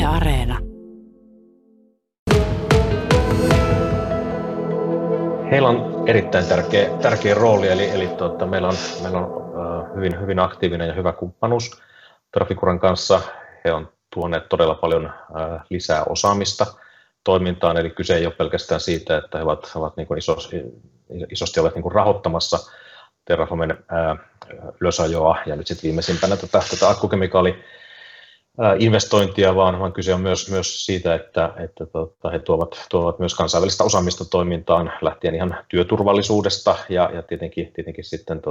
Areena. Heillä on erittäin tärkeä rooli, eli meillä on hyvin aktiivinen ja hyvä kumppanuus Trafiguran kanssa. He on tuoneet todella paljon lisää osaamista toimintaan, eli kyse ei ole pelkästään siitä, että he ovat niin kuin isosti olleet niin kuin rahoittamassa Terrafamen ylösajoa ja nyt sitten viimeisimpänä tätä akkukemikaali-investointia, vaan kyse on myös siitä, että he tuovat myös kansainvälistä osaamista toimintaan lähtien ihan työturvallisuudesta ja tietenkin sitten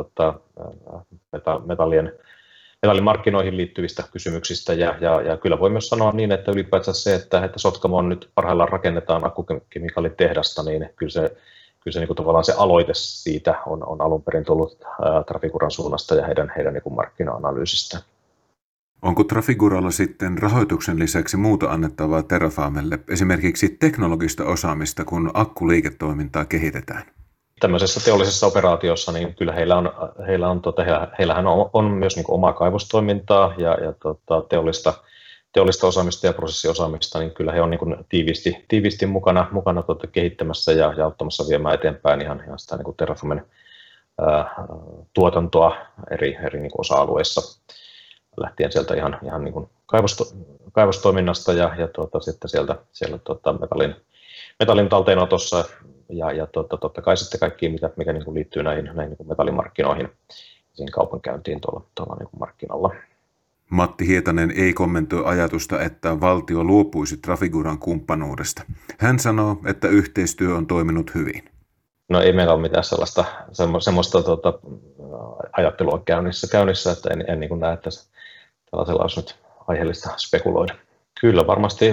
metallimarkkinoihin liittyvistä kysymyksistä ja kyllä voi myös sanoa niin, että ylipäätään se, että Sotkamoon nyt parhaillaan rakennetaan akkukemikaalitehdasta, niin kyllä se niin kuin tavallaan se aloite siitä on alun perin tullut Trafiguran suunnasta ja heidän niin kuin markkina-analyysistä. Onko Trafiguralla sitten rahoituksen lisäksi muuta annettavaa Terrafamelle, esimerkiksi teknologista osaamista, kun akkuliiketoimintaa kehitetään? Tämmöisessä teollisessa operaatiossa niin kyllä heillähän on myös niin kuin omaa kaivostoimintaa ja teollista osaamista ja prosessiosaamista, niin kyllä he on niin kuin tiiviisti mukana kehittämässä ja auttamassa viemään eteenpäin ihan sitä niin kuin Terrafamen tuotantoa eri niin kuin osa-alueissa lähtien sieltä ihan niin kuin kaivostoiminnasta ja sitten sieltä metallin talteenotossa ja totta kai sitten kaikki, mikä niin kuin liittyy näihin niin kuin metallimarkkinoihin, siihen kaupankäyntiin tuolla niin kuin markkinalla. Matti Hietanen ei kommentoi ajatusta, että valtio luopuisi Trafiguran kumppanuudesta. Hän sanoo, että yhteistyö on toiminut hyvin. No ei meillä ole mitään semmoista ajattelua käynnissä, että en niin kuin näe, että tällaisella olisi nyt aiheellista spekuloida. Kyllä varmasti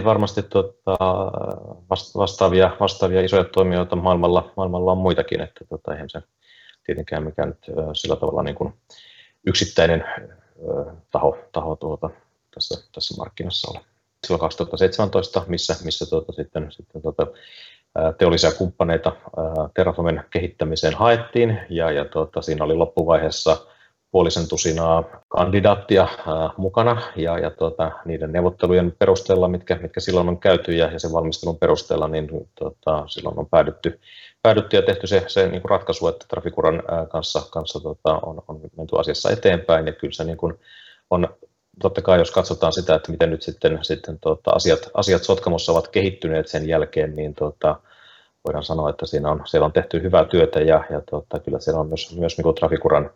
vastaavia isoja toimijoita maailmalla on muitakin, että eihän se tietenkään mikään nyt sillä tavalla niin kuin yksittäinen taho tässä markkinassa ole. Silloin 2017, missä sitten teollisia kumppaneita Terrafamen kehittämiseen haettiin ja siinä oli loppuvaiheessa puolisen tusinaa kandidaattia mukana ja niiden neuvottelujen perusteella, mitkä silloin on käyty ja sen valmistelun perusteella, niin silloin on päädytty ja tehty se niin kuin ratkaisu, että Trafiguran kanssa on menty asiassa eteenpäin ja kyllä se niin kuin on totta kai, jos katsotaan sitä, että miten nyt sitten asiat Sotkamossa ovat kehittyneet sen jälkeen, niin voidaan sanoa, että siellä on tehty hyvää työtä ja kyllä siellä on myös niin kuin Trafiguran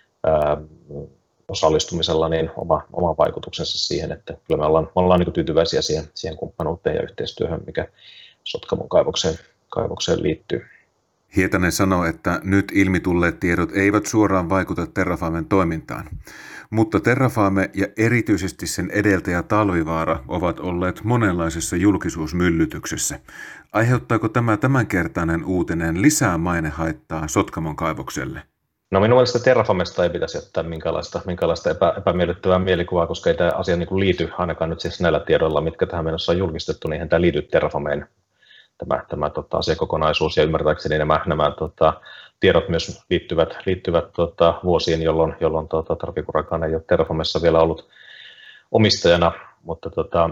osallistumisella niin oma vaikutuksensa siihen, että kyllä me ollaan niin kuin tyytyväisiä siihen kumppanuuteen ja yhteistyöhön, mikä Sotkamon kaivokseen liittyy. Hietanen sanoi, että nyt ilmitulleet tiedot eivät suoraan vaikuta Terrafamen toimintaan, mutta Terrafame ja erityisesti sen edeltäjä Talvivaara ovat olleet monenlaisessa julkisuusmyllytyksessä. Aiheuttaako tämä tämänkertainen uutinen lisää mainehaittaa Sotkamon kaivokselle? No minun mielestä Terrafamesta ei pitäisi ottaa minkälaista epämiellyttävää mielikuvaa, koska ei tämä asia niin kuin liity ainakaan nyt siis näillä tiedoilla, mitkä tähän mennessä on julkistettu, niin eihän tämä liity Terrafameen tämä asiakokonaisuus ja ymmärtääkseni nämä tiedot myös liittyvät vuosiin, jolloin Trafigurakaan ei ole Terrafamessa vielä ollut omistajana, mutta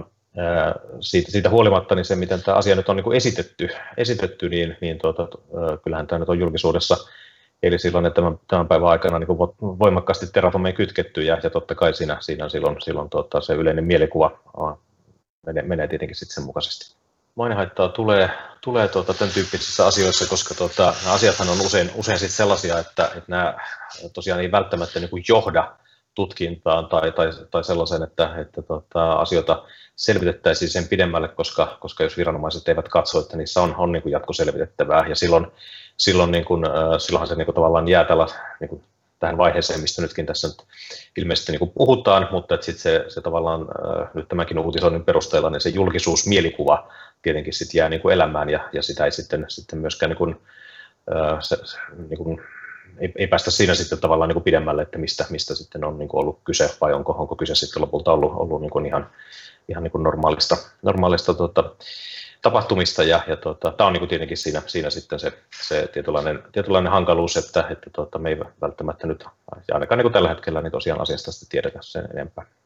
siitä huolimatta niin se, miten tämä asia nyt on niin kuin esitetty niin kyllähän tämä nyt on julkisuudessa. Eli silloin, että tämän päivän aikana niin voimakkaasti Terrafameen kytketty ja totta kai siinä silloin se yleinen mielikuva menee tietenkin sitten sen mukaisesti. Mainehaittaa tulee tämän tyyppisissä asioissa, koska nämä asiathan on usein sit sellaisia, että nämä tosiaan ei välttämättä niin kuin johda tutkintaan tai sellaisen, että asioita selvitettäisiin sen pidemmälle, koska jos viranomaiset eivät katso, että niissä on niin kuin jatkoselvitettävää ja silloinhan se niin kuin tavallaan jää niin kuin tähän vaiheeseen, mistä nytkin tässä nyt ilmeisesti niin kuin puhutaan, mutta sitten se tavallaan nyt tämänkin uutisoinnin perusteella niin se julkisuusmielikuva tietenkin sitten jää niin kuin elämään ja sitä ei sitten myöskään ei päästä siinä sitten tavallaan niin kuin pidemmälle, että mistä sitten on niin kuin ollut kyse vai onko kyse sitten lopulta ollut niin kuin ihan niin kuin normaalista tapahtumista ja tämä on niin kuin tietenkin siinä sitten se tietynlainen hankaluus, että me ei välttämättä nyt ainakaan niin kuin tällä hetkellä niin tosiaan asiasta sitten tiedetä sen enempää.